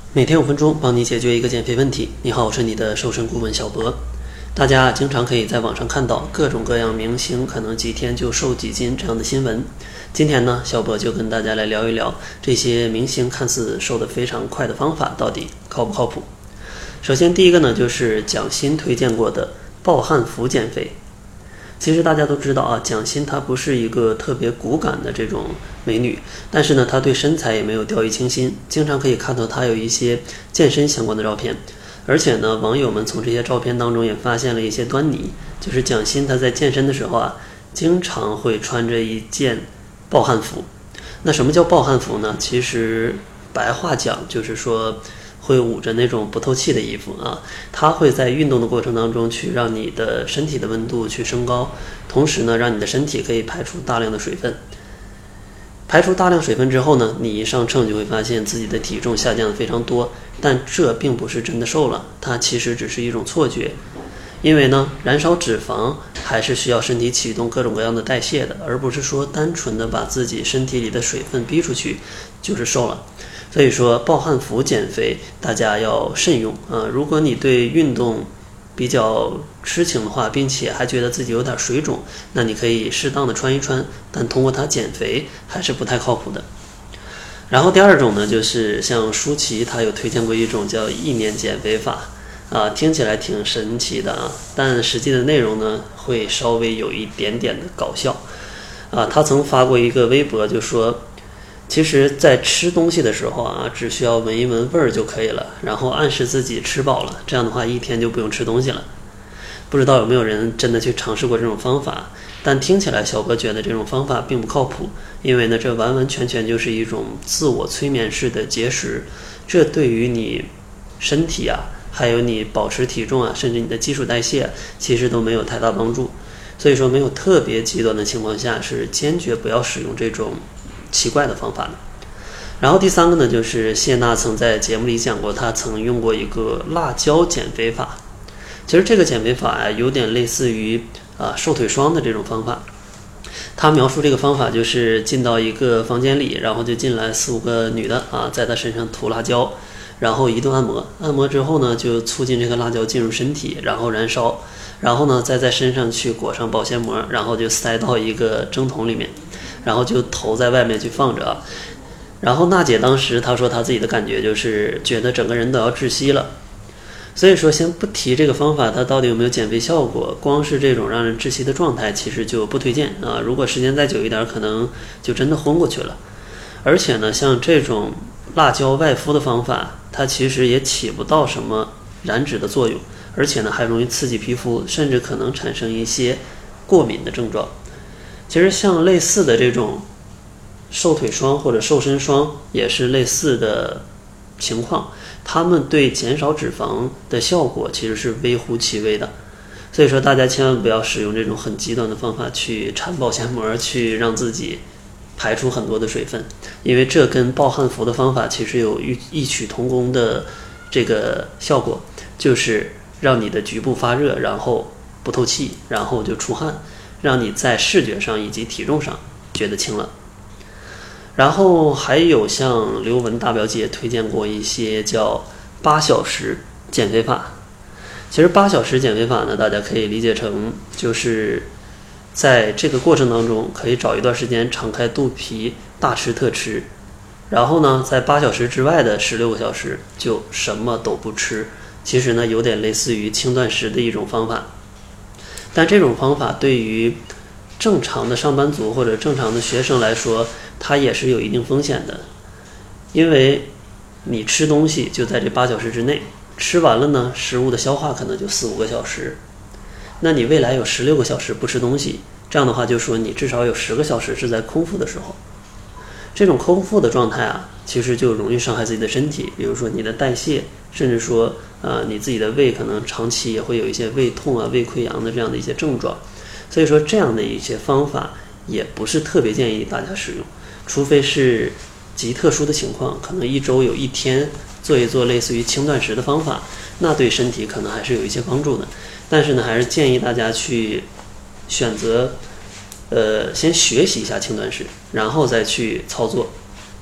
每天5分钟，帮你解决一个减肥问题。你好，我是你的瘦身顾问小博。大家经常可以在网上看到各种各样明星可能几天就瘦几斤这样的新闻。今天呢，小博就跟大家来聊一聊这些明星看似瘦得非常快的方法到底靠不靠谱。首先第一个呢，就是蒋欣推荐过的暴汗服减肥。其实大家都知道啊，蒋欣她不是一个特别骨感的这种美女，但是呢，她对身材也没有掉以轻心，经常可以看到她有一些健身相关的照片。而且呢，网友们从这些照片当中也发现了一些端倪，就是蒋欣她在健身的时候啊，经常会穿着一件暴汗服。那什么叫暴汗服呢？其实白话讲就是说会捂着那种不透气的衣服啊，它会在运动的过程当中去让你的身体的温度去升高，同时呢，让你的身体可以排出大量的水分。排出大量水分之后呢，你一上秤就会发现自己的体重下降的非常多，但这并不是真的瘦了，它其实只是一种错觉。因为呢，燃烧脂肪还是需要身体启动各种各样的代谢的，而不是说单纯的把自己身体里的水分逼出去就是瘦了。所以说暴汗服减肥大家要慎用啊！如果你对运动比较痴情的话，并且还觉得自己有点水肿，那你可以适当的穿一穿，但通过它减肥还是不太靠谱的。然后第二种呢，就是像舒淇她有推荐过一种叫意念减肥法啊，听起来挺神奇的啊，但实际的内容呢会稍微有一点点的搞笑啊。她曾发过一个微博，就说其实在吃东西的时候啊，只需要闻一闻味儿就可以了，然后暗示自己吃饱了，这样的话一天就不用吃东西了。不知道有没有人真的去尝试过这种方法，但听起来小哥觉得这种方法并不靠谱，因为呢，这完完全全就是一种自我催眠式的节食，这对于你身体啊，还有你保持体重啊，甚至你的基础代谢其实都没有太大帮助。所以说没有特别极端的情况下，是坚决不要使用这种奇怪的方法的。然后第三个呢，就是谢娜曾在节目里讲过，她曾用过一个辣椒减肥法。其实这个减肥法呀，有点类似于瘦腿霜的这种方法。她描述这个方法就是进到一个房间里，然后就进来4-5个女的啊，在她身上涂辣椒，然后一顿按摩，按摩之后呢，就促进这个辣椒进入身体，然后燃烧，然后呢，再在身上去裹上保鲜膜，然后就塞到一个蒸桶里面，然后就投在外面去放着啊。然后娜姐当时她说她自己的感觉就是觉得整个人都要窒息了。所以说先不提这个方法它到底有没有减肥效果，光是这种让人窒息的状态其实就不推荐啊。如果时间再久一点，可能就真的昏过去了。而且呢，像这种辣椒外敷的方法，它其实也起不到什么燃脂的作用，而且呢还容易刺激皮肤，甚至可能产生一些过敏的症状。其实像类似的这种瘦腿霜或者瘦身霜也是类似的情况，它们对减少脂肪的效果其实是微乎其微的。所以说大家千万不要使用这种很极端的方法去缠保鲜膜，去让自己排出很多的水分，因为这跟暴汗服的方法其实有异曲同工的这个效果，就是让你的局部发热，然后不透气，然后就出汗，让你在视觉上以及体重上觉得轻了。然后还有像刘雯大表姐推荐过一些叫8小时减肥法。其实8小时减肥法呢，大家可以理解成就是在这个过程当中可以找一段时间敞开肚皮大吃特吃，然后呢在8小时之外的16个小时就什么都不吃。其实呢有点类似于轻断食的一种方法，但这种方法对于正常的上班族或者正常的学生来说，它也是有一定风险的。因为你吃东西就在这8小时之内，吃完了呢，食物的消化可能就4-5个小时，那你未来有16个小时不吃东西，这样的话就说你至少有10个小时是在空腹的时候。这种空腹的状态啊，其实就容易伤害自己的身体，比如说你的代谢，甚至说你自己的胃可能长期也会有一些胃痛啊、胃溃疡的这样的一些症状。所以说这样的一些方法也不是特别建议大家使用，除非是极特殊的情况，可能1周有1天做一做类似于轻断食的方法，那对身体可能还是有一些帮助的。但是呢，还是建议大家去选择先学习一下轻断食，然后再去操作。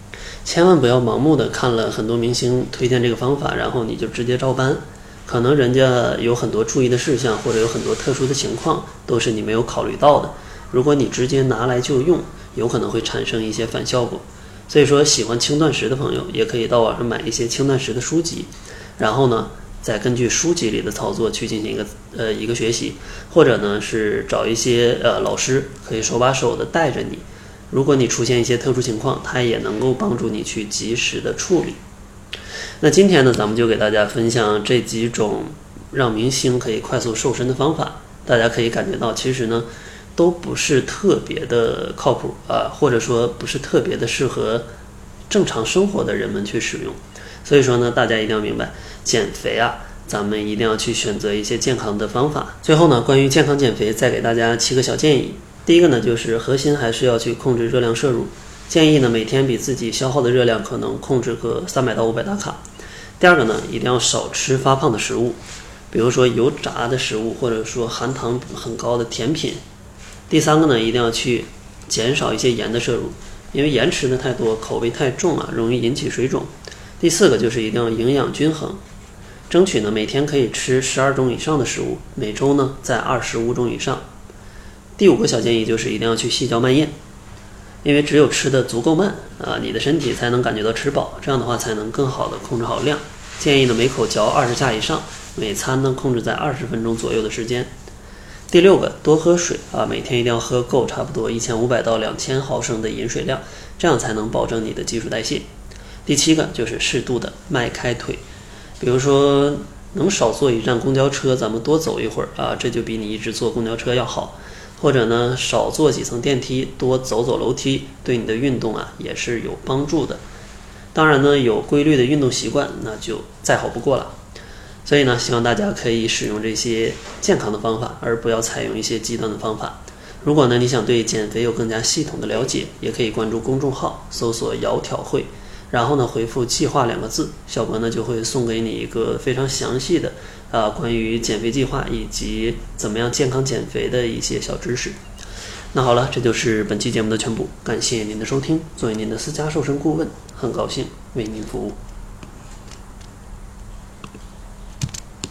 千万不要盲目的看了很多明星推荐这个方法，然后你就直接照搬，可能人家有很多注意的事项，或者有很多特殊的情况都是你没有考虑到的，如果你直接拿来就用，有可能会产生一些反效果。所以说喜欢轻断食的朋友也可以到网上买一些轻断食的书籍，然后呢再根据书籍里的操作去进行一个学习，或者呢是找一些老师可以手把手的带着你，如果你出现一些特殊情况，他也能够帮助你去及时的处理。那今天呢咱们就给大家分享这几种让明星可以快速瘦身的方法，大家可以感觉到其实呢都不是特别的靠谱或者说不是特别的适合正常生活的人们去使用。所以说呢大家一定要明白，减肥咱们一定要去选择一些健康的方法。最后呢关于健康减肥再给大家7个小建议。第一个呢就是核心还是要去控制热量摄入，建议呢每天比自己消耗的热量可能控制个300到500大卡。第二个呢一定要少吃发胖的食物，比如说油炸的食物，或者说含糖很高的甜品。第三个呢一定要去减少一些盐的摄入，因为盐吃的太多，口味太重容易引起水肿。第四个就是一定要营养均衡，争取呢每天可以吃12种以上的食物，每周呢在25种以上。第5个小建议就是一定要去细嚼慢咽，因为只有吃的足够慢你的身体才能感觉到吃饱，这样的话才能更好的控制好量。建议呢每口嚼20下以上，每餐呢控制在20分钟左右的时间。第6个，多喝水每天一定要喝够差不多1500到2000毫升的饮水量，这样才能保证你的基础代谢。第7个就是适度的迈开腿，比如说能少坐一站公交车，咱们多走一会儿这就比你一直坐公交车要好。或者呢少坐几层电梯，多走走楼梯，对你的运动也是有帮助的。当然呢有规律的运动习惯那就再好不过了。所以呢希望大家可以使用这些健康的方法，而不要采用一些极端的方法。如果呢你想对减肥有更加系统的了解，也可以关注公众号搜索窈窕会，然后呢回复计划2个字，小博呢就会送给你一个非常详细的关于减肥计划以及怎么样健康减肥的一些小知识。那好了，这就是本期节目的全部，感谢您的收听。作为您的私家瘦身顾问，很高兴为您服务。